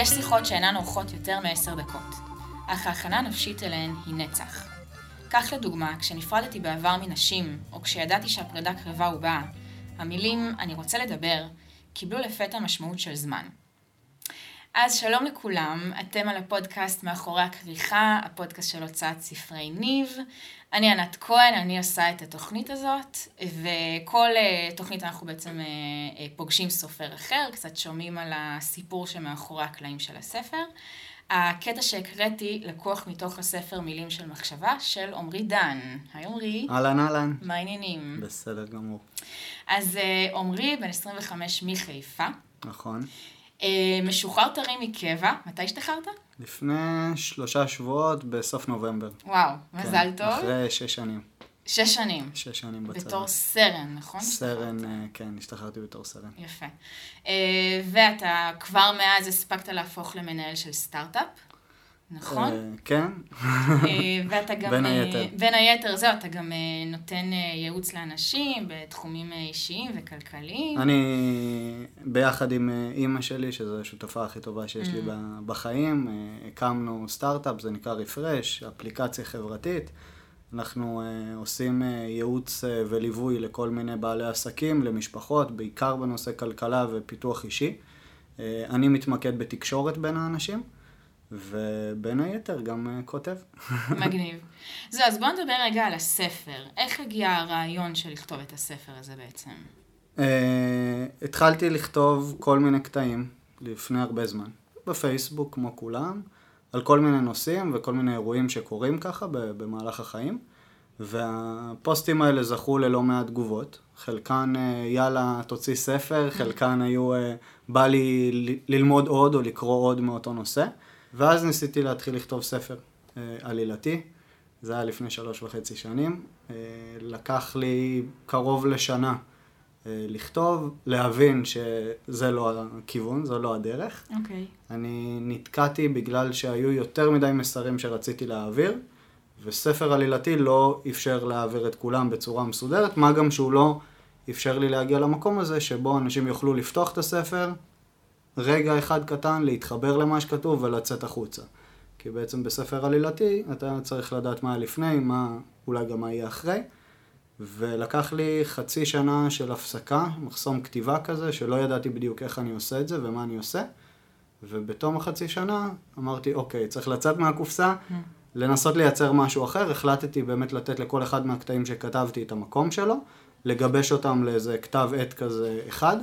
יש שיחות שאינן אורכות יותר מ10 דקות, אך ההכנה הנפשית אליהן היא נצח. כך לדוגמה, כשנפרדתי בעבר מנשים, או כשידעתי שהפרידה קרבה ובאה, המילים "אני רוצה לדבר" קיבלו לפתע משמעות של זמן. אז שלום לכולם, אתם על הפודקאסט מאחורי הכריכה, הפודקאסט של הוצאת ספרי ניב. אני ענת כהן, אני עושה את התוכנית הזאת, וכל תוכנית אנחנו בעצם פוגשים סופר אחר, קצת שומעים על הסיפור שמאחורי הקלעים של הספר. הקטע שהקראתי לקוח מתוך הספר מילים של מחשבה של עומרי דן. היי עומרי. אהלן אהלן. מה העניינים? בסדר גמור. אז עומרי בן 25 מחיפה. נכון. משוחרר טרי מקבע, מתי השתחררת? לפני 3 שבועות בסוף נובמבר. וואו, מזל טוב. אחרי 6 שנים. 6 שנים. 6 שנים בצבא. בתור סרן, נכון? סרן, כן, השתחררתי בתור סרן. יפה. ואתה כבר מאז הספקת להפוך למנהל של סטארט-אפ, נכון? כן. ואתה גם... בין היתר. בין היתר, זהו, אתה גם נותן ייעוץ לאנשים בתחומים אישיים וכלכליים. אני ביחד עם אמא שלי, שזו השותפה הכי טובה שיש לי בחיים, הקמנו סטארט-אפ, זה נקרא רפרש, אפליקציה חברתית. אנחנו עושים ייעוץ וליווי לכל מיני בעלי עסקים, למשפחות, בעיקר בנושא כלכלה ופיתוח אישי. אני מתמקד בתקשורת בין האנשים. ובין היתר גם כותב. מגניב. זהו, אז בוא נדבר רגע על הספר. איך הגיע הרעיון של לכתוב את הספר הזה בעצם? התחלתי לכתוב כל מיני קטעים לפני הרבה זמן. בפייסבוק, כמו כולם, על כל מיני נושאים וכל מיני אירועים שקורים ככה במהלך החיים. והפוסטים האלה זכו ללא מעט תגובות. חלקן, יאללה, תוציא ספר, חלקן היו, בא לי ללמוד עוד או לקרוא עוד מאותו נושא. ואז ניסיתי להתחיל לכתוב ספר עלילתי, זה היה לפני 3.5 שנים. לקח לי קרוב לשנה לכתוב, להבין שזה לא הכיוון, זו לא הדרך. אוקיי. אני נתקעתי בגלל שהיו יותר מדי מסרים שרציתי להעביר, וספר עלילתי לא אפשר להעביר את כולם בצורה מסודרת, מה גם שהוא לא אפשר לי להגיע למקום הזה שבו אנשים יוכלו לפתוח את הספר, רגע אחד קטן, להתחבר למה שכתוב ולצאת החוצה. כי בעצם בספר עלילתי אתה צריך לדעת מה לפני, אולי גם מה יהיה אחרי. ולקח לי 0.5 שנה של הפסקה, מחסום כתיבה כזה, שלא ידעתי בדיוק איך אני עושה את זה ומה אני עושה. ובתום 0.5 שנה אמרתי, אוקיי, צריך לצאת מהקופסה, לנסות לייצר משהו אחר. החלטתי באמת לתת לכל אחד מהקטעים שכתבתי את המקום שלו, לגבש אותם לאיזה כתב עת כזה אחד.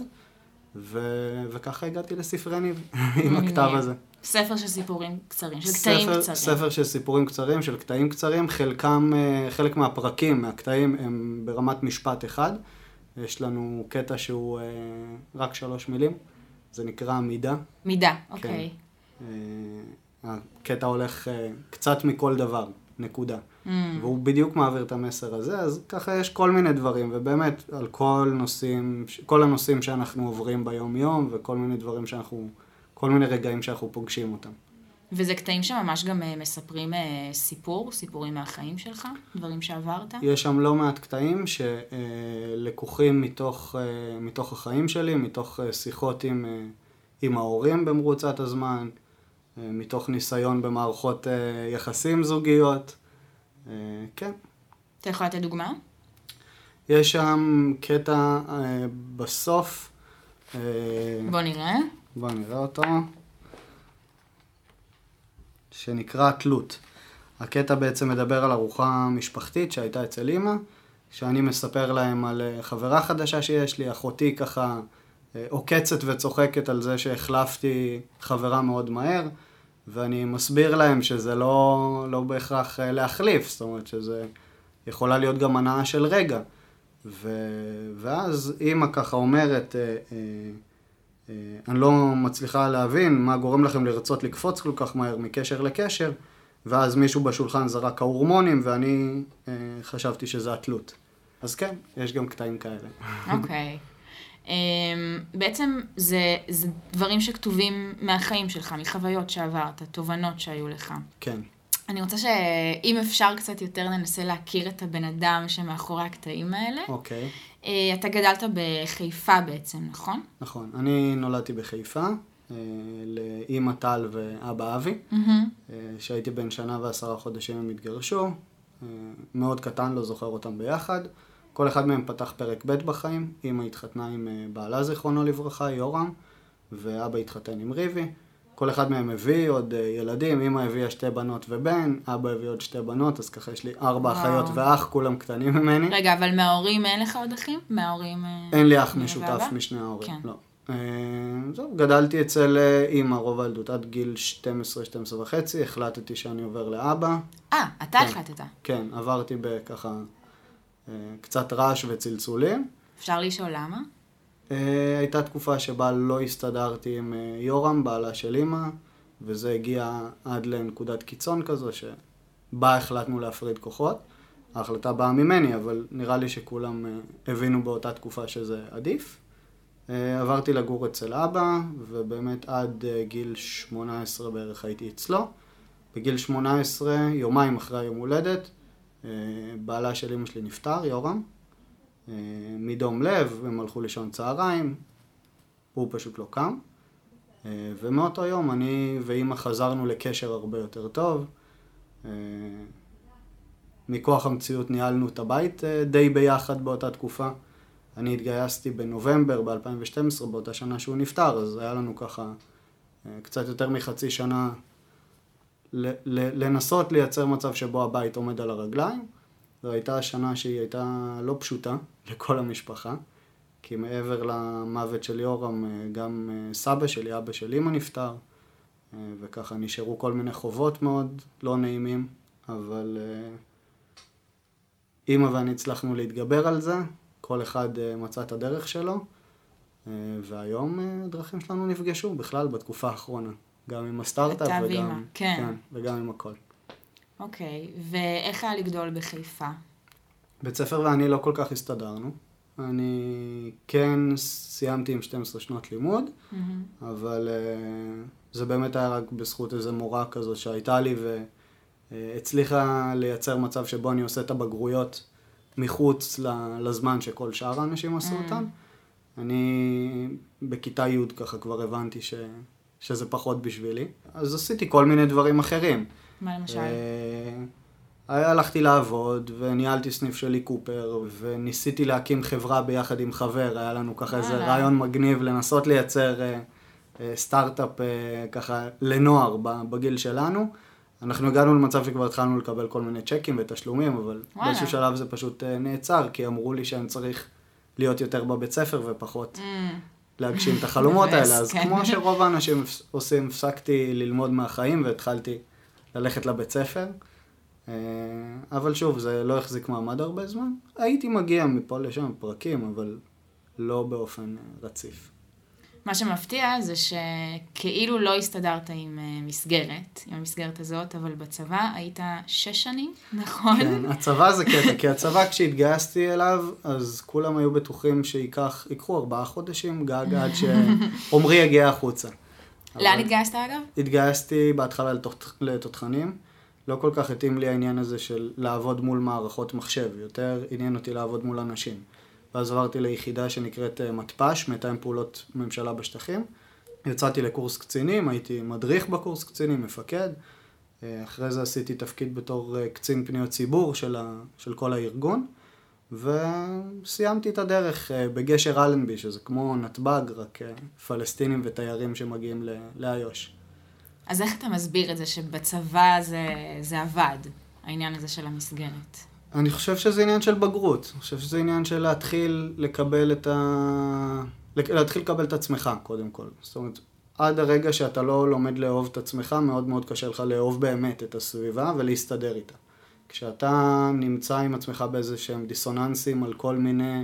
וככה הגעתי לספרי ניב עם הכתב הזה. ספר של סיפורים קצרים, של קטעים קצרים. ספר של סיפורים קצרים, של קטעים קצרים. חלק מהפרקים, מהקטעים, הם ברמת משפט אחד. יש לנו קטע שהוא רק 3 מילים. זה נקרא מידה. מידה, אוקיי. הקטע הולך קצת מכל דבר, נקודה. והוא בדיוק מעביר את המסר הזה, אז ככה יש כל מיני דברים, ובאמת על כל הנושאים שאנחנו עוברים ביום יום, וכל מיני דברים כל מיני רגעים שאנחנו פוגשים אותם. וזה קטעים שממש גם מספרים סיפורים מהחיים שלך, דברים שעברת? יש שם לא מעט קטעים שלקוחים מתוך החיים שלי, מתוך שיחות עם ההורים במרוצת הזמן, מתוך ניסיון במערכות יחסים זוגיות. כן. אתה יכול לתת דוגמה? יש שם קטע בסוף. בוא נראה אותו. שנקרא תלות. הקטע בעצם מדבר על ארוחה משפחתית שהייתה אצל אמא, שאני מספר להם על חברה חדשה שיש לי, אחותי ככה עוקצת וצוחקת על זה שהחלפתי חברה מאוד מהר, ואני מסביר להם שזה לא בהכרח להחליף, זאת אומרת שזה יכולה להיות גם הנאה של רגע. ואז אמא ככה אומרת, אני לא מצליחה להבין מה גורם לכם לרצות לקפוץ כל כך מהר מקשר לקשר, ואז מישהו בשולחן זרק ההורמונים, ואני חשבתי שזה התלות. אז כן, יש גם קטעים כאלה. אוקיי. בעצם זה דברים שכתובים מהחיים שלך, מחוויות שעברת, תובנות שהיו לך. כן. אני רוצה שאם אפשר קצת יותר ננסה להכיר את הבן אדם שמאחורי הקטעים האלה. אוקיי. אתה גדלת בחיפה בעצם, נכון? נכון. אני נולדתי בחיפה, לאמא טל ואבא אבי, שהייתי בן שנה ו10 חודשים הם התגרשו, מאוד קטן, לא זוכר אותם ביחד. כל אחד מהם פתח פרק ב' בחיים, אמא התחתנה עם בעלה זיכרונו לברכה, יורם, ואבא התחתן עם ריבי. כל אחד מהם הביא עוד ילדים, אמא הביאה 2 בנות ובן, אבא הביא עוד 2 בנות, אז ככה יש לי 4 אחיות ואח, כולם קטנים ממני. רגע, אבל מההורים אין לך עוד אחים? מההורים... אין לי אח משותף משני ההורים, כן. לא. זהו, גדלתי אצל אמא רוב הילדות, עד גיל 12 וחצי, החלטתי שאני עובר לאבא. אתה החלטת. כן, עברתי בככה קצת רעש וצלצולים. אפשר לשאול למה? הייתה תקופה שבה לא הסתדרתי עם יורם, בעלה של אמא, וזה הגיע עד לנקודת קיצון כזו, שבה החלטנו להפריד כוחות. ההחלטה באה ממני, אבל נראה לי שכולם הבינו באותה תקופה שזה עדיף. עברתי לגור אצל אבא, ובאמת עד גיל 18 בערך הייתי אצלו. בגיל 18, יומיים אחרי היום הולדת, בעלה של אמא שלי נפטר, יורם. מדום לב, הם הלכו לישון צהריים, הוא פשוט לא קם. ומאותו יום אני ואמא חזרנו לקשר הרבה יותר טוב. מכוח המציאות ניהלנו את הבית די ביחד באותה תקופה. אני התגייסתי בנובמבר ב-2012, באותה שנה שהוא נפטר, אז היה לנו ככה קצת יותר מחצי שנה לנסות לייצר מצב שבו הבית עומד על הרגליים. זו הייתה השנה שהיא הייתה לא פשוטה לכל המשפחה, כי מעבר למוות של יורם, גם סבא שלי, אבא של אמא נפטר, וככה נשארו כל מיני חובות מאוד לא נעימים, אבל אמא ואני הצלחנו להתגבר על זה, כל אחד מצא את הדרך שלו, והיום הדרכים שלנו נפגשו בכלל בתקופה האחרונה, גם עם הסטארט-אפ וגם, כן, וגם עם הכל. אוקיי, ואיך היה לגדול בחיפה? בית ספר ואני לא כל כך הסתדרנו. אני כן סיימתי עם 12 שנות לימוד, אבל זה באמת היה רק בזכות איזו מורה כזו שהייתה לי והצליחה לייצר מצב שבו אני עושה את הבגרויות מחוץ לזמן שכל שאר האנשים עשו אותם. אני בכיתה י' ככה כבר הבנתי שזה פחות בשבילי. אז עשיתי כל מיני דברים אחרים. מה למשל? הלכתי לעבוד וניהלתי סניף שלי קופר וניסיתי להקים חברה ביחד עם חבר. היה לנו ככה איזה רעיון מגניב לנסות לייצר סטארט-אפ ככה לנוער בגיל שלנו. אנחנו הגענו למצב שכבר התחלנו לקבל כל מיני צ'קים ותשלומים, אבל באיזשהו שלב זה פשוט נעצר, כי אמרו לי שאני צריך להיות יותר בבית ספר ופחות להגשים את החלומות האלה. אז כמו שרוב האנשים עושים, הפסקתי ללמוד מהחיים והתחלתי ללכת לבית ספר. אבל שוב, זה לא החזיק מעמד הרבה זמן. הייתי מגיע מפה לשם פרקים, אבל לא באופן רציף. מה שמפתיע זה שכאילו לא הסתדרת עם מסגרת, עם המסגרת הזאת, אבל בצבא היית 6 שנים, נכון? כן, הצבא זה קטע, כי הצבא כשהתגייסתי אליו, אז כולם היו בטוחים שיקחו 4 חודשים גג עד שעומרי יגיע החוצה. לאן התגייסת אגב? התגייסתי בהתחלה לתותחנים. לא כל כך התאים לי העניין הזה של לעבוד מול מערכות מחשב, יותר עניין אותי לעבוד מול אנשים. ואז עברתי ליחידה שנקראת מתפ"ש, מתאם פעולות ממשלה בשטחים. יצאתי לקורס קצינים, הייתי מדריך בקורס קצינים, מפקד. אחרי זה עשיתי תפקיד בתור קצין פניות ציבור של כל הארגון. וסיימתי את הדרך בגשר אלנבי, שזה כמו נתב"ג, רק פלסטינים ותיירים שמגיעים לאיו"ש. אז איך אתה מסביר את זה שבצבא זה עבד, העניין הזה של המסגרת? אני חושב שזה עניין של בגרות. אני חושב שזה עניין של להתחיל לקבל את עצמך, קודם כל. זאת אומרת, עד הרגע שאתה לא לומד לאהוב את עצמך, מאוד מאוד קשה לך לאהוב באמת את הסביבה ולהסתדר איתה. כשאתה נמצא עם עצמך באיזה שהם דיסוננסים על כל מיני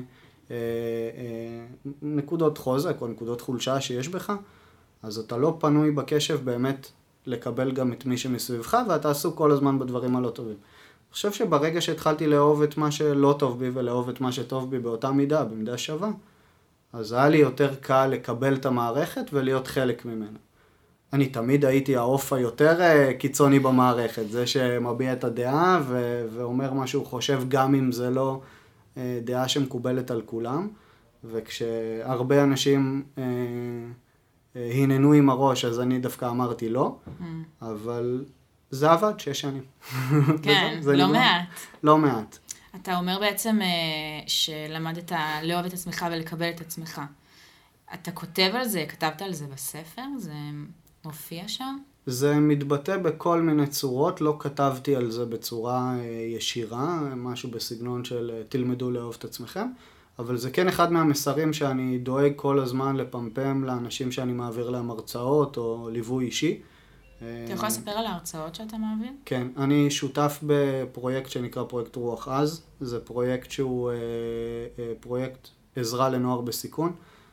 נקודות חוזק או נקודות חולשה שיש בך, אז אתה לא פנוי בקשב באמת לקבל גם את מי שמסביבך, ואתה עסוק כל הזמן בדברים הלא טובים. אני חושב שברגע שהתחלתי לאהוב את מה שלא טוב בי ולאהוב את מה שטוב בי באותה מידה, במידה שווה, אז היה לי יותר קל לקבל את המערכת ולהיות חלק ממנה. אני תמיד הייתי העוף היותר קיצוני במערכת, זה שמביע את הדעה ואומר מה שהוא חושב, גם אם זה לא דעה שמקובלת על כולם, וכשהרבה אנשים הננו עם הראש, אז אני דווקא אמרתי לא, אבל זה עבד 6 שנים. כן, לא מעט. לא מעט. אתה אומר בעצם שלמדת לאהוב את עצמך ולקבל את עצמך. אתה כותב על זה, כתבת על זה בספר? זה מופיע שם? זה מתבטא בכל מיני צורות, לא כתבתי על זה בצורה ישירה, משהו בסגנון של תלמדו לאהוב את עצמכם, אבל זה כן אחד מהמסרים שאני דואג כל הזמן לפמפם לאנשים שאני מעביר להם הרצאות או ליווי אישי. אתה יכול לספר על ההרצאות שאתה מעביר? כן, אני שותף בפרויקט שנקרא פרויקט רוח אז. זה פרויקט שהוא פרויקט עזרה לנוער בסיכון.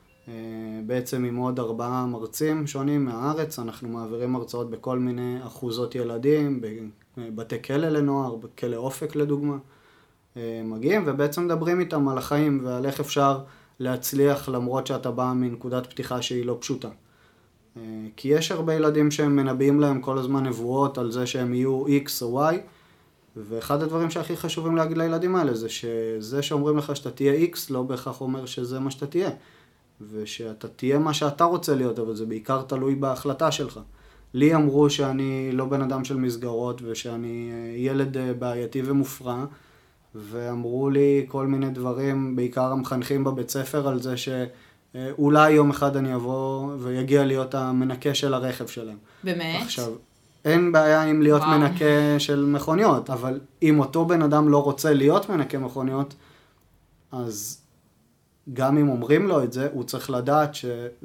בעצם עם עוד 4 מרצים שונים מהארץ, אנחנו מעבירים הרצאות בכל מיני אחוזות ילדים, בבתי כלא לנוער, בכלא אופק לדוגמה. מגיעים ובעצם מדברים איתם על החיים ועל איך אפשר להצליח למרות שאתה בא מנקודת פתיחה שהיא לא פשוטה. כי יש הרבה ילדים שהם מנבאים להם כל הזמן נבואות על זה שהם יהיו X או Y, ואחד הדברים שהכי חשובים להגיד לילדים האלה זה שזה שאומרים לך שאתה תהיה X לא בהכרח אומר שזה מה שאתה תהיה, ושאתה תהיה מה שאתה רוצה להיות, אבל זה בעיקר תלוי בהחלטה שלך. לי אמרו שאני לא בן אדם של מסגרות ושאני ילד בעייתי ומופרע, ואמרו לי כל מיני דברים, בעיקר המחנכים בבית ספר, על זה שאולי יום אחד אני אבוא ויגיע להיות המנקה של הרכב שלהם. באמת? עכשיו, אין בעיה עם להיות מנקה של מכוניות, אבל אם אותו בן אדם לא רוצה להיות מנקה מכוניות, אז גם אם אומרים לו את זה, הוא צריך לדעת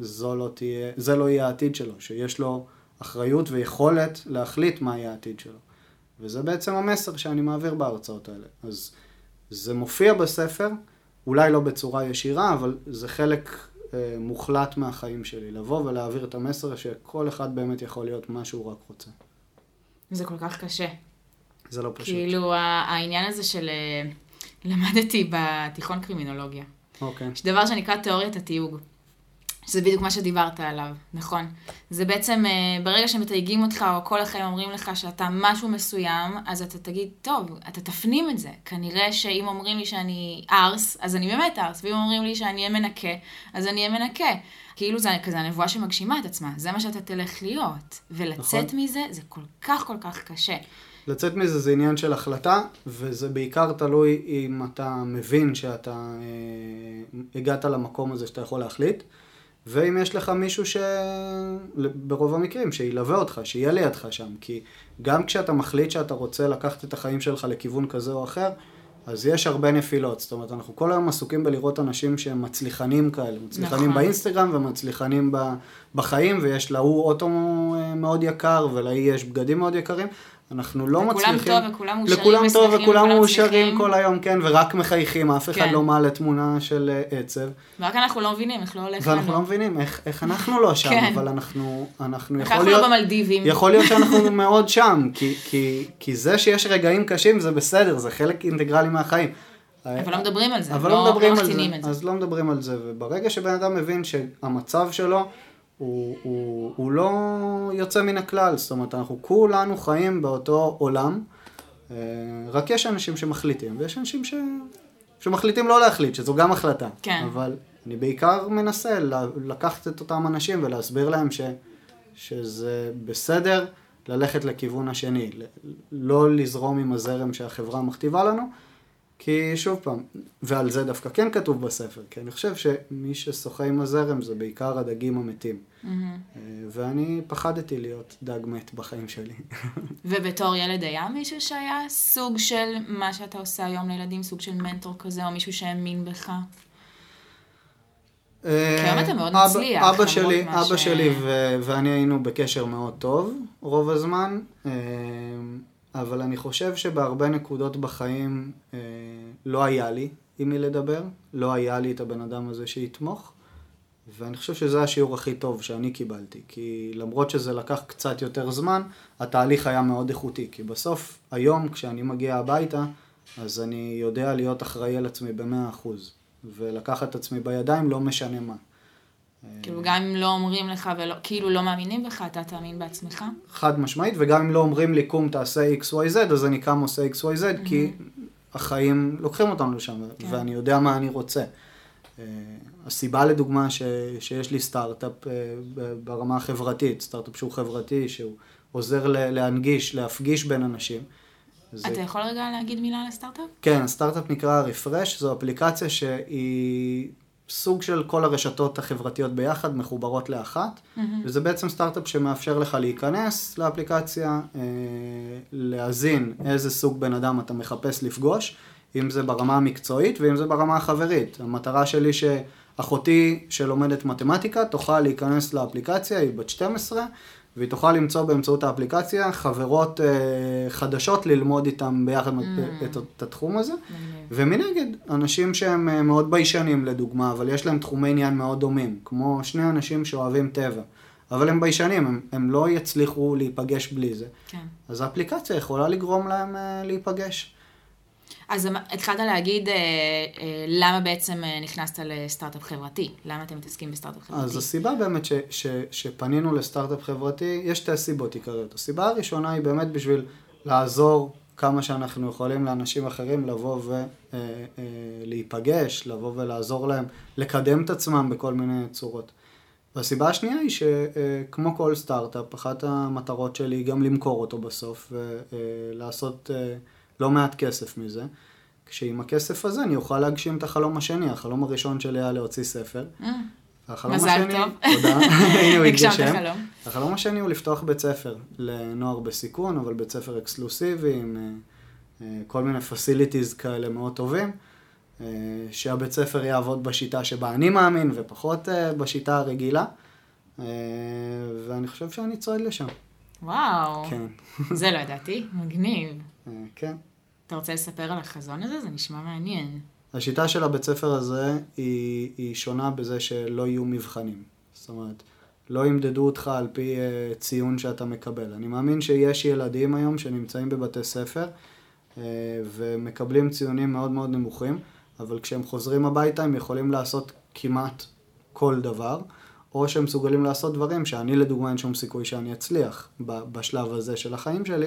שזה לא יהיה העתיד שלו, שיש לו אחריות ויכולת להחליט מה יהיה העתיד שלו. וזה בעצם המסר שאני מעביר בהרצאות האלה. אז זה מופיע בספר, אולי לא בצורה ישירה, אבל זה חלק מוחלט מהחיים שלי, לבוא ולהעביר את המסר שכל אחד באמת יכול להיות מה שהוא רק רוצה. זה כל כך קשה. זה לא פשוט. כאילו העניין הזה של למדתי בתיכון קרימינולוגיה. אוקיי. יש דבר שנקרא תיאוריית התיוג. שזה בדיוק מה שדיברת עליו, נכון? זה בעצם, ברגע שמתייגים אותך, או כל החיים אומרים לך שאתה משהו מסוים, אז אתה תגיד, טוב, אתה תפנים את זה. כנראה שאם אומרים לי שאני ארס, אז אני באמת ארס, ואם אומרים לי שאני אהיה מנקה, אז אני אהיה מנקה. כאילו זה כזה הנבואה שמגשימה את עצמה, זה מה שאתה תלך להיות. ולצאת נכון. מזה, זה כל כך כל כך קשה. לצאת מזה זה עניין של החלטה, וזה בעיקר תלוי אם אתה מבין שאתה הגעת למקום הזה שאתה יכול להחליט, ואם יש לך מישהו ברוב המקרים, שילווה אותך, שיהיה לידך שם, כי גם כשאתה מחליט שאתה רוצה לקחת את החיים שלך לכיוון כזה או אחר, אז יש הרבה נפילות. זאת אומרת, אנחנו כל היום עסוקים בלראות אנשים שהם מצליחנים כאלה, מצליחנים נכון. באינסטגרם ומצליחנים בחיים, ויש להוא אוטו מאוד יקר, ולהיא יש בגדים מאוד יקרים. אנחנו לא מצליחים... לכולם טוב וכולם מאושרים, לכולם טוב וכולם מאושרים כל היום, כן, ורק מחייכים, אף אחד לא מעלה תמונה של עצב. ורק אנחנו לא מבינים איך לא הולך לנו. ואנחנו לא מבינים איך אנחנו לא שם, אבל אנחנו אנחנו לא במלדיבים. יכול להיות שאנחנו מאוד שם, כי זה שיש רגעים קשים זה בסדר, זה חלק אינטגרלי מהחיים. אבל לא מדברים על זה, לא מחתינים את זה. אז לא מדברים על זה, וברגע שבן אדם מבין שהמצב שלו, הוא לא יוצא מן הכלל, זאת אומרת, אנחנו כולנו חיים באותו עולם, רק יש אנשים שמחליטים, ויש אנשים שמחליטים לא להחליט, שזו גם החלטה. כן. אבל אני בעיקר מנסה לקחת את אותם אנשים ולהסביר להם שזה בסדר ללכת לכיוון השני, לא לזרום עם הזרם שהחברה מכתיבה לנו, כי שוב פעם, ועל זה דווקא כן כתוב בספר, כי אני חושב שמי ששוחה עם הזרם זה בעיקר הדגים המתים. ואני פחדתי להיות דג מת בחיים שלי. ובתור ילד היה מישהו שהיה סוג של מה שאתה עושה היום לילדים, סוג של מנטור כזה, או מישהו שהאמין בך? כי היום אתה מאוד מצליח. אבא שלי ואני היינו בקשר מאוד טוב רוב הזמן, אבל אני חושב שבהרבה נקודות בחיים לא היה לי עם מי לדבר, לא היה לי את הבן אדם הזה שיתמוך, ואני חושב שזה השיעור הכי טוב שאני קיבלתי, כי למרות שזה לקח קצת יותר זמן, התהליך היה מאוד איכותי, כי בסוף היום כשאני מגיע הביתה, אז אני יודע להיות אחראי על עצמי ב100%, ולקחת את עצמי בידיים לא משנה מה. כאילו גם אם לא אומרים לך וכאילו לא מאמינים בך, אתה תאמין בעצמך? חד משמעית, וגם אם לא אומרים לי קום תעשה XYZ, אז אני קם עושה XYZ, כי החיים לוקחים אותנו לשם, ואני יודע מה אני רוצה. הסיבה לדוגמה שיש לי סטארט-אפ ברמה החברתית, סטארט-אפ שהוא חברתי, שהוא עוזר להנגיש, להפגיש בין אנשים. אתה יכול רגע להגיד מילה על הסטארט-אפ? כן, הסטארט-אפ נקרא Refresh, זו אפליקציה שהיא סוג של כל הרשתות החברתיות ביחד, מחוברות לאחת, וזה בעצם סטארט-אפ שמאפשר לך להיכנס לאפליקציה, להזין איזה סוג בן אדם אתה מחפש לפגוש, אם זה ברמה המקצועית ואם זה ברמה החברית. המטרה שלי שאחותי שלומדת מתמטיקה תוכל להיכנס לאפליקציה, היא בת 12, והיא תוכל למצוא באמצעות האפליקציה חברות חדשות ללמוד איתם ביחד את התחום הזה. ומנגד, אנשים שהם מאוד ביישנים לדוגמה, אבל יש להם תחומי עניין מאוד דומים, כמו שני אנשים שאוהבים טבע, אבל הם ביישנים, הם לא יצליחו להיפגש בלי זה. כן. אז האפליקציה יכולה לגרום להם להיפגש. אז התחלת להגיד למה בעצם נכנסת לסטארט-אפ חברתי? למה אתם מתעסקים בסטארט-אפ חברתי? אז הסיבה באמת שפנינו לסטארט-אפ חברתי, יש שתי סיבות עיקריות. הסיבה הראשונה היא באמת בשביל לעזור כמה שאנחנו יכולים לאנשים אחרים לבוא ולהיפגש, לבוא ולעזור להם לקדם את עצמם בכל מיני צורות. והסיבה השנייה היא שכמו כל סטארט-אפ, אחת המטרות שלי היא גם למכור אותו בסוף ולעשות לא מעט כסף מזה. כשעם הכסף הזה אני אוכל להגשים את החלום השני. החלום הראשון שלי היה להוציא ספר. מזל טוב. תודה. הנה הוא התגשם. החלום. החלום השני הוא לפתוח בית ספר לנוער בסיכון, אבל בית ספר אקסקלוסיבי עם כל מיני פסיליטיז כאלה מאוד טובים, שהבית ספר יעבוד בשיטה שבה אני מאמין ופחות בשיטה הרגילה, ואני חושב שאני צועד לשם. וואו. כן. זה לא ידעתי, מגניב. כן. אתה רוצה לספר על החזון הזה? זה נשמע מעניין. השיטה של הבית ספר הזה היא שונה בזה שלא יהיו מבחנים. זאת אומרת, לא ימדדו אותך על פי ציון שאתה מקבל. אני מאמין שיש ילדים היום שנמצאים בבתי ספר ומקבלים ציונים מאוד מאוד נמוכים, אבל כשהם חוזרים הביתה הם יכולים לעשות כמעט כל דבר, או שהם מסוגלים לעשות דברים שאני לדוגמה אין שום סיכוי שאני אצליח בשלב הזה של החיים שלי.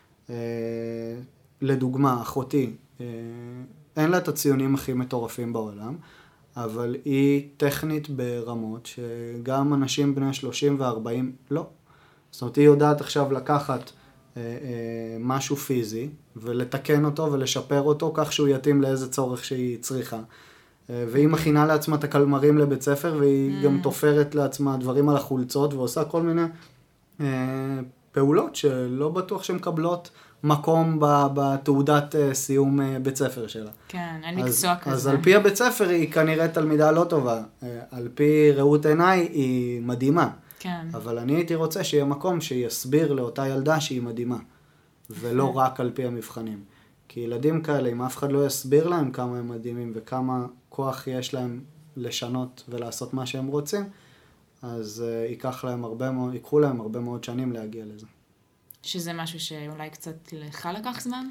לדוגמה, אחותי, אין לה את הציונים הכי מטורפים בעולם, אבל היא טכנית ברמות שגם אנשים בני 30 ו-40 לא. זאת אומרת, היא יודעת עכשיו לקחת משהו פיזי ולתקן אותו ולשפר אותו כך שהוא יתאים לאיזה צורך שהיא צריכה. והיא מכינה לעצמה את הקלמרים לבית ספר, והיא גם תופרת לעצמה דברים על החולצות, ועושה כל מיני פעולות שלא בטוח שהן מקבלות מקום בתעודת סיום בית ספר שלה. כן, אין מקצוע כזה. אז על פי הבית ספר היא כנראה תלמידה לא טובה. על פי ראות עיניי היא מדהימה. כן. אבל אני הייתי רוצה שיהיה מקום שיסביר לאותה ילדה שהיא מדהימה, ולא רק על פי המבחנים. כי ילדים כאלה, אם אף אחד לא יסביר להם כמה הם מדהימים וכמה כוח יש להם לשנות ולעשות מה שהם רוצים, אז ייקחו להם הרבה מאוד שנים להגיע לזה. שזה משהו שאולי קצת לך לקח זמן?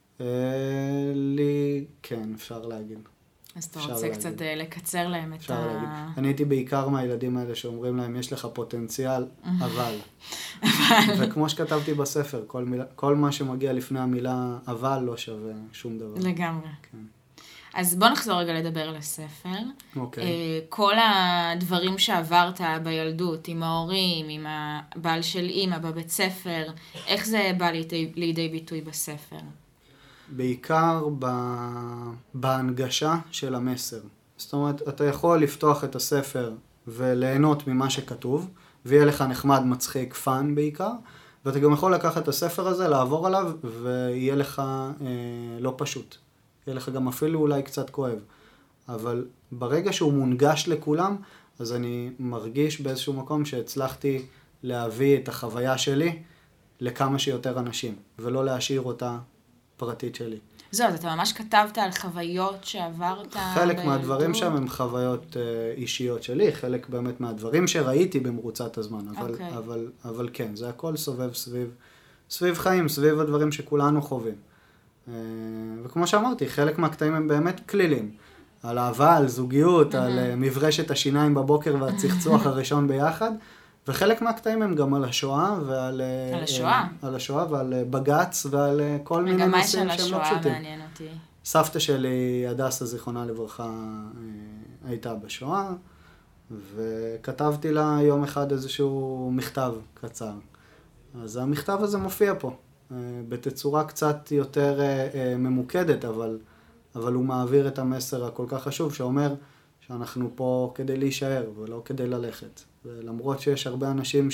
לי, כן, אפשר להגיד. אז אתה רוצה קצת לקצר להם את אפשר להגיד. אני הייתי בעיקר מהילדים האלה שאומרים להם, יש לך פוטנציאל, אבל. וכמו שכתבתי בספר, כל מה שמגיע לפני המילה אבל לא שווה שום דבר. לגמרי. כן. אז בוא נחזור רגע לדבר על הספר. אוקיי. כל הדברים שעברת בילדות, עם ההורים, עם הבעל של אמא בבית ספר, איך זה בא לידי ביטוי בספר? בעיקר בהנגשה של המסר. זאת אומרת, אתה יכול לפתוח את הספר וליהנות ממה שכתוב, ויהיה לך נחמד, מצחיק, פן בעיקר, ואתה גם יכול לקחת את הספר הזה, לעבור עליו, ויהיה לך לא פשוט. יהיה לך גם אפילו אולי קצת כואב. אבל ברגע שהוא מונגש לכולם, אז אני מרגיש באיזשהו מקום שהצלחתי להביא את החוויה שלי לכמה שיותר אנשים, ולא להשאיר אותה פרטית שלי. אז אתה ממש כתבת על חוויות שעברת חלק מהדברים שם הם חוויות אישיות שלי, חלק באמת מהדברים שראיתי במרוצת הזמן, אבל כן, זה הכל סובב סביב חיים, סביב הדברים שכולנו חווים. וכמו שאמרתי, חלק מהקטעים הם באמת כלילים, על אהבה, על זוגיות, על מברשת השיניים בבוקר והצחצוח הראשון ביחד, וחלק מהקטעים הם גם על השואה ועל... על השואה? על השואה ועל בגץ ועל כל מיני נושאים שהם לא פשוטים. מעניין אותי. סבתא שלי, הדסה זיכרונה לברכה, הייתה בשואה, וכתבתי לה יום אחד איזשהו מכתב קצר. אז המכתב הזה מופיע פה, בתצורה קצת יותר ממוקדת, אבל הוא מעביר את המסר הכל כך חשוב, שאומר שאנחנו פה כדי להישאר ולא כדי ללכת. ולמרות שיש הרבה אנשים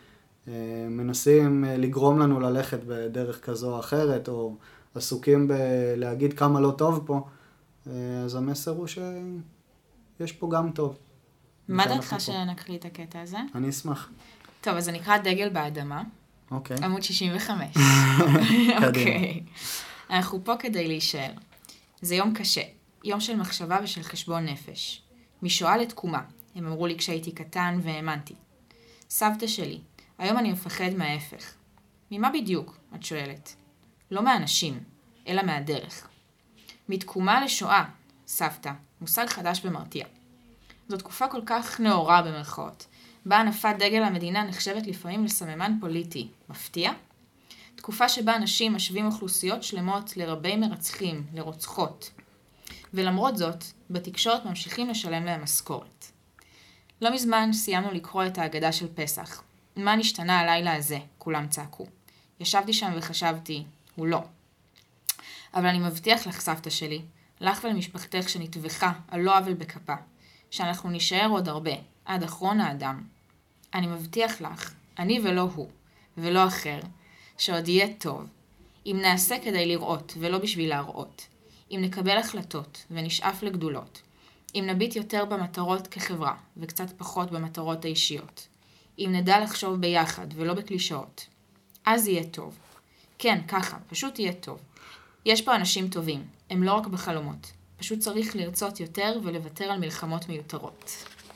שמנסים לגרום לנו ללכת בדרך כזו או אחרת, או עסוקים בלהגיד כמה לא טוב פה, אז המסר הוא שיש פה גם טוב. מה דעתך שנקריא את הקטע הזה? אני אשמח. טוב, אז זה נקרא דגל באדמה. אוקיי. עמוד 65. אוקיי. אנחנו פה כדי להישאר. זה יום קשה. יום של מחשבה ושל חשבון נפש. משואה לתקומה. הם אמרו לי כשהייתי קטן והאמנתי. סבתא שלי, היום אני מפחד מההפך. ממה בדיוק? את שואלת. לא מהאנשים, אלא מהדרך. מתקומה לשואה, סבתא, מושג חדש ומרתיע. זו תקופה כל כך נאורה במרכאות. בה הנפת דגל המדינה נחשבת לפעמים לסממן פוליטי. מפתיע? תקופה שבה אנשים משווים אוכלוסיות שלמות לרבי מרצחים, לרוצחות. ולמרות זאת, בתקשורת ממשיכים לשלם להם משכורת. לא מזמן סיימנו לקרוא את ההגדה של פסח. מה נשתנה הלילה הזה? כולם צעקו. ישבתי שם וחשבתי, הוא לא. אבל אני מבטיח לך, סבתא שלי, לך ולמשפחתך שנטבחה על לא עוול בכפה, שאנחנו נשאר עוד הרבה, עד אחרון האדם. אני מבטיח לך, אני ולא הוא, ולא אחר, שעוד יהיה טוב, אם נעשה כדי לראות ולא בשביל להראות, אם נקבל החלטות ונשאף לגדולות, אם נביט יותר במטרות כחברה וקצת פחות במטרות האישיות, אם נדע לחשוב ביחד ולא בקלישאות, אז יהיה טוב. כן, ככה, פשוט יהיה טוב. יש פה אנשים טובים, הם לא רק בחלומות. פשוט צריך לרצות יותר ולוותר על מלחמות מיותרות.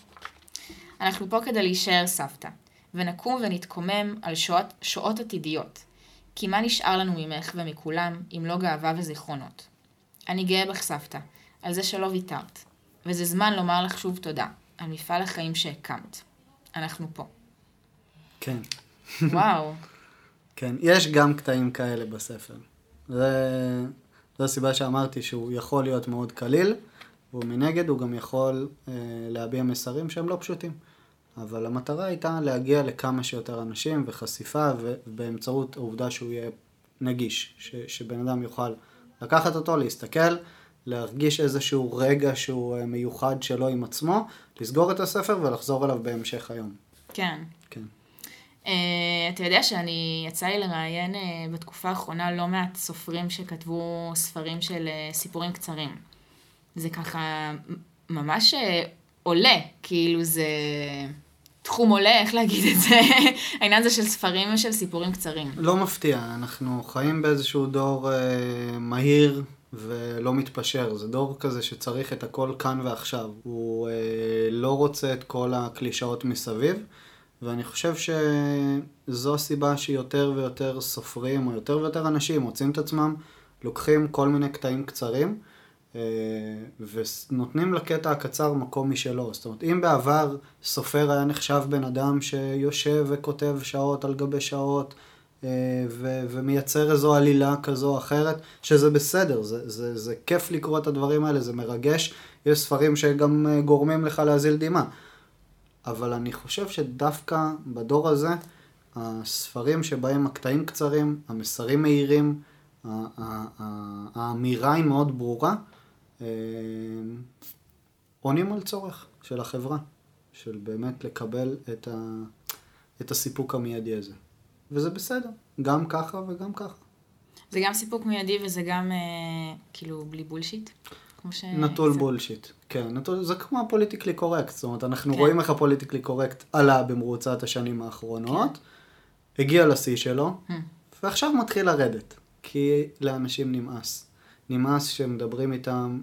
אנחנו פה כדי להישאר סבתא, ונקום ונתקומם על שואות עתידיות. כי מה נשאר לנו ממך ומכולם אם לא גאווה וזיכרונות? אני גאה בך סבתא, על זה שלא ויתרת. וזה זמן לומר לך שוב תודה, על מפעל החיים שהקמת. אנחנו פה. כן. וואו. כן, יש גם קטעים כאלה בספר. זו הסיבה שאמרתי שהוא יכול להיות מאוד קליל, ומנגד הוא גם יכול להביע מסרים שהם לא פשוטים. אבל המטרה הייתה להגיע לכמה שיותר אנשים וחשיפה, ובאמצעות העובדה שהוא יהיה נגיש, שבן אדם יוכל לקחת אותו, להסתכל, להרגיש איזשהו רגע שהוא מיוחד שלו עם עצמו, לסגור את הספר ולחזור אליו בהמשך היום. כן. כן. אתה יודע שאני יצא לי לראיין בתקופה האחרונה לא מעט סופרים שכתבו ספרים של סיפורים קצרים. זה ככה ממש עולה, כאילו זה תחום עולה, איך להגיד את זה? העניין זה של ספרים ושל סיפורים קצרים. לא מפתיע, אנחנו חיים באיזשהו דור מהיר ולא מתפשר. זה דור כזה שצריך את הכל כאן ועכשיו. הוא לא רוצה את כל הקלישאות מסביב. ואני חושב שזו הסיבה שיותר ויותר סופרים, או יותר ויותר אנשים מוצאים את עצמם, לוקחים כל מיני קטעים קצרים, ונותנים לקטע הקצר מקום משלו. זאת אומרת, אם בעבר סופר היה נחשב בן אדם שיושב וכותב שעות על גבי שעות, ומייצר איזו עלילה כזו או אחרת, שזה בסדר, זה כיף לקרוא את הדברים האלה, זה מרגש, יש ספרים שגם גורמים לך להזיל דמעה. אבל אני חושב שדווקא בדור הזה, הספרים שבהם הקטעים קצרים, המסרים מהירים, האמירה היא מאוד ברורה, עונים על צורך של החברה, של באמת לקבל את הסיפוק המיידי הזה. וזה בסדר, גם ככה וגם ככה. זה גם סיפוק מיידי וזה גם כאילו בלי בולשיט? נטול בולשיט, כן. זה כמו הפוליטיקלי קורקט, זאת אומרת, אנחנו רואים איך הפוליטיקלי קורקט עלה במרוצת השנים האחרונות, הגיע לשיא שלו, ועכשיו מתחיל לרדת, כי לאנשים נמאס. נמאס שמדברים איתם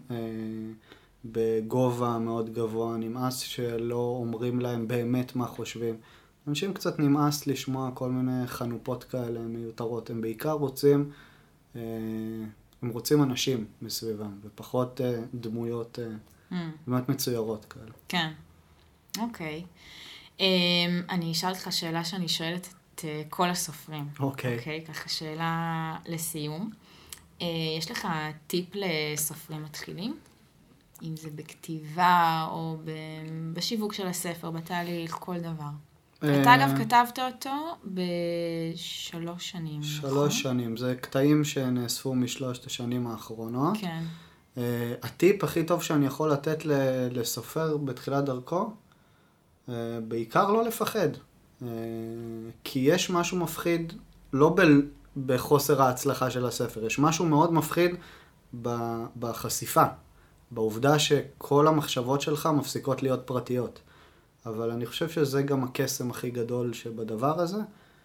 בגובה מאוד גבוה, נמאס שלא אומרים להם באמת מה חושבים. אנשים קצת נמאס לשמוע כל מיני חנופות כאלה מיותרות, הם בעיקר רוצים... הם רוצים אנשים מסביבם, ופחות דמויות באמת מצוירות כאלה. כן, אוקיי. אני אשאל אותך שאלה שאני שואלת את כל הסופרים. אוקיי. ככה שאלה לסיום. יש לך טיפ לסופרים מתחילים? אם זה בכתיבה או בשיווק של הספר, בתהליך, כל דבר. אתה אגב כתבת אותו ב3 שנים. 3 שנים, זה קטעים שנאספו משלושת השנים האחרונות. כן. הטיפ הכי טוב שאני יכול לתת לסופר בתחילת דרכו, בעיקר לא לפחד. כי יש משהו מפחיד, לא בחוסר ההצלחה של הספר, יש משהו מאוד מפחיד בחשיפה, בעובדה שכל המחשבות שלך מפסיקות להיות פרטיות. אבל אני חושב שזה גם הקסם הכי גדול שבדבר הזה,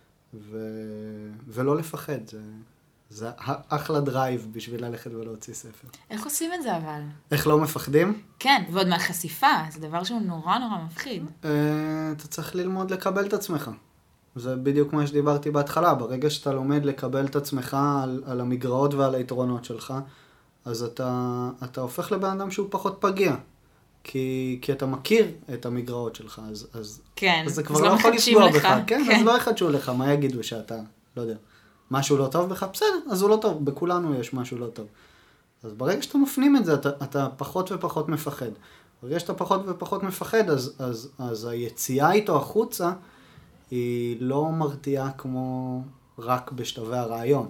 ולא לפחד, זה אחלה דרייב בשביל ללכת ולהוציא ספר. איך עושים את זה אבל? איך לא מפחדים? כן, ועוד מהחשיפה, זה דבר שהוא נורא נורא מפחיד. אתה צריך ללמוד לקבל את עצמך. זה בדיוק מה שדיברתי בהתחלה, ברגע שאתה לומד לקבל את עצמך על המגרעות ועל היתרונות שלך, אז אתה הופך לבן אדם שהוא פחות פגיע. כי אתה מכיר את המגרעות שלך, אז כן, אז זה כבר לא יכול לפגוע בך. כן, כן. אז לא יחדשו לך, מה יגידו שאתה, לא יודע, משהו לא טוב בך? בסדר, אז הוא לא טוב, בכולנו יש משהו לא טוב. אז ברגע שאתה מפנים את זה, אתה פחות ופחות מפחד. ברגע שאתה פחות ופחות מפחד, אז היציאה איתו החוצה, היא לא מרתיעה כמו רק בשלבי הרעיון.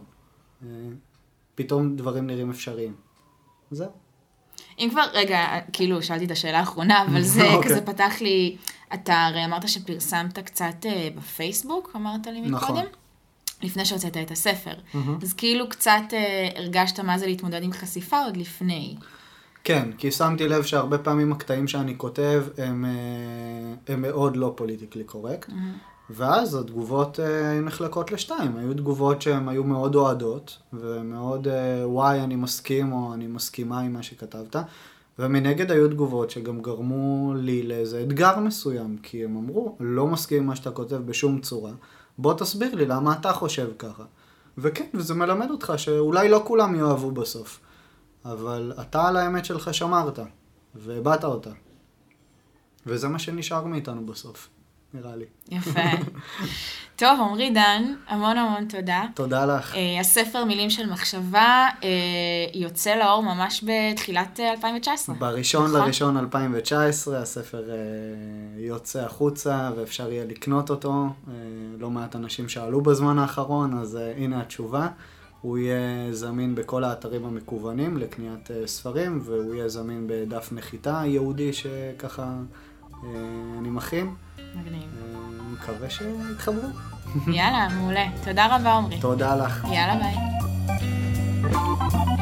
פתאום דברים נראים אפשריים. זהו. אם כבר, רגע, כאילו, שאלתי את השאלה האחרונה, אבל זה כזה פתח לי, אתה הרי אמרת שפרסמת קצת בפייסבוק, אמרת לי מקודם? נכון. לפני שהוצאת את הספר. אז כאילו קצת הרגשת מה זה להתמודד עם חשיפה עוד לפני. כן, כי שמתי לב שהרבה פעמים הקטעים שאני כותב הם מאוד לא פוליטיקלי קורקט, ואז התגובות היו נחלקות לשתיים. היו תגובות שהן היו מאוד אוהדות, ומאוד וואי אני מסכים או אני מסכימה עם מה שכתבת, ומנגד היו תגובות שגם גרמו לי לאיזה אתגר מסוים, כי הם אמרו, לא מסכים עם מה שאתה כותב בשום צורה, בוא תסביר לי למה אתה חושב ככה. וכן, וזה מלמד אותך שאולי לא כולם יאהבו בסוף, אבל אתה על האמת שלך שמרת, והבאת אותה. וזה מה שנשאר מאיתנו בסוף, נראה לי. יפה. טוב, עמרי דן, המון המון תודה. תודה לך. הספר מילים של מחשבה יוצא לאור ממש בתחילת 2019. ב1 ל-1/2019 הספר יוצא החוצה ואפשר יהיה לקנות אותו. לא מעט אנשים שאלו בזמן האחרון, אז הנה התשובה. הוא יהיה זמין בכל האתרים המקוונים לקניית ספרים, והוא יהיה זמין בדף נחיתה יהודי שככה אני מכין. מגניב. מקווה שיתחברו. יאללה, מעולה. תודה רבה, עמרי. תודה לך. יאללה, ביי.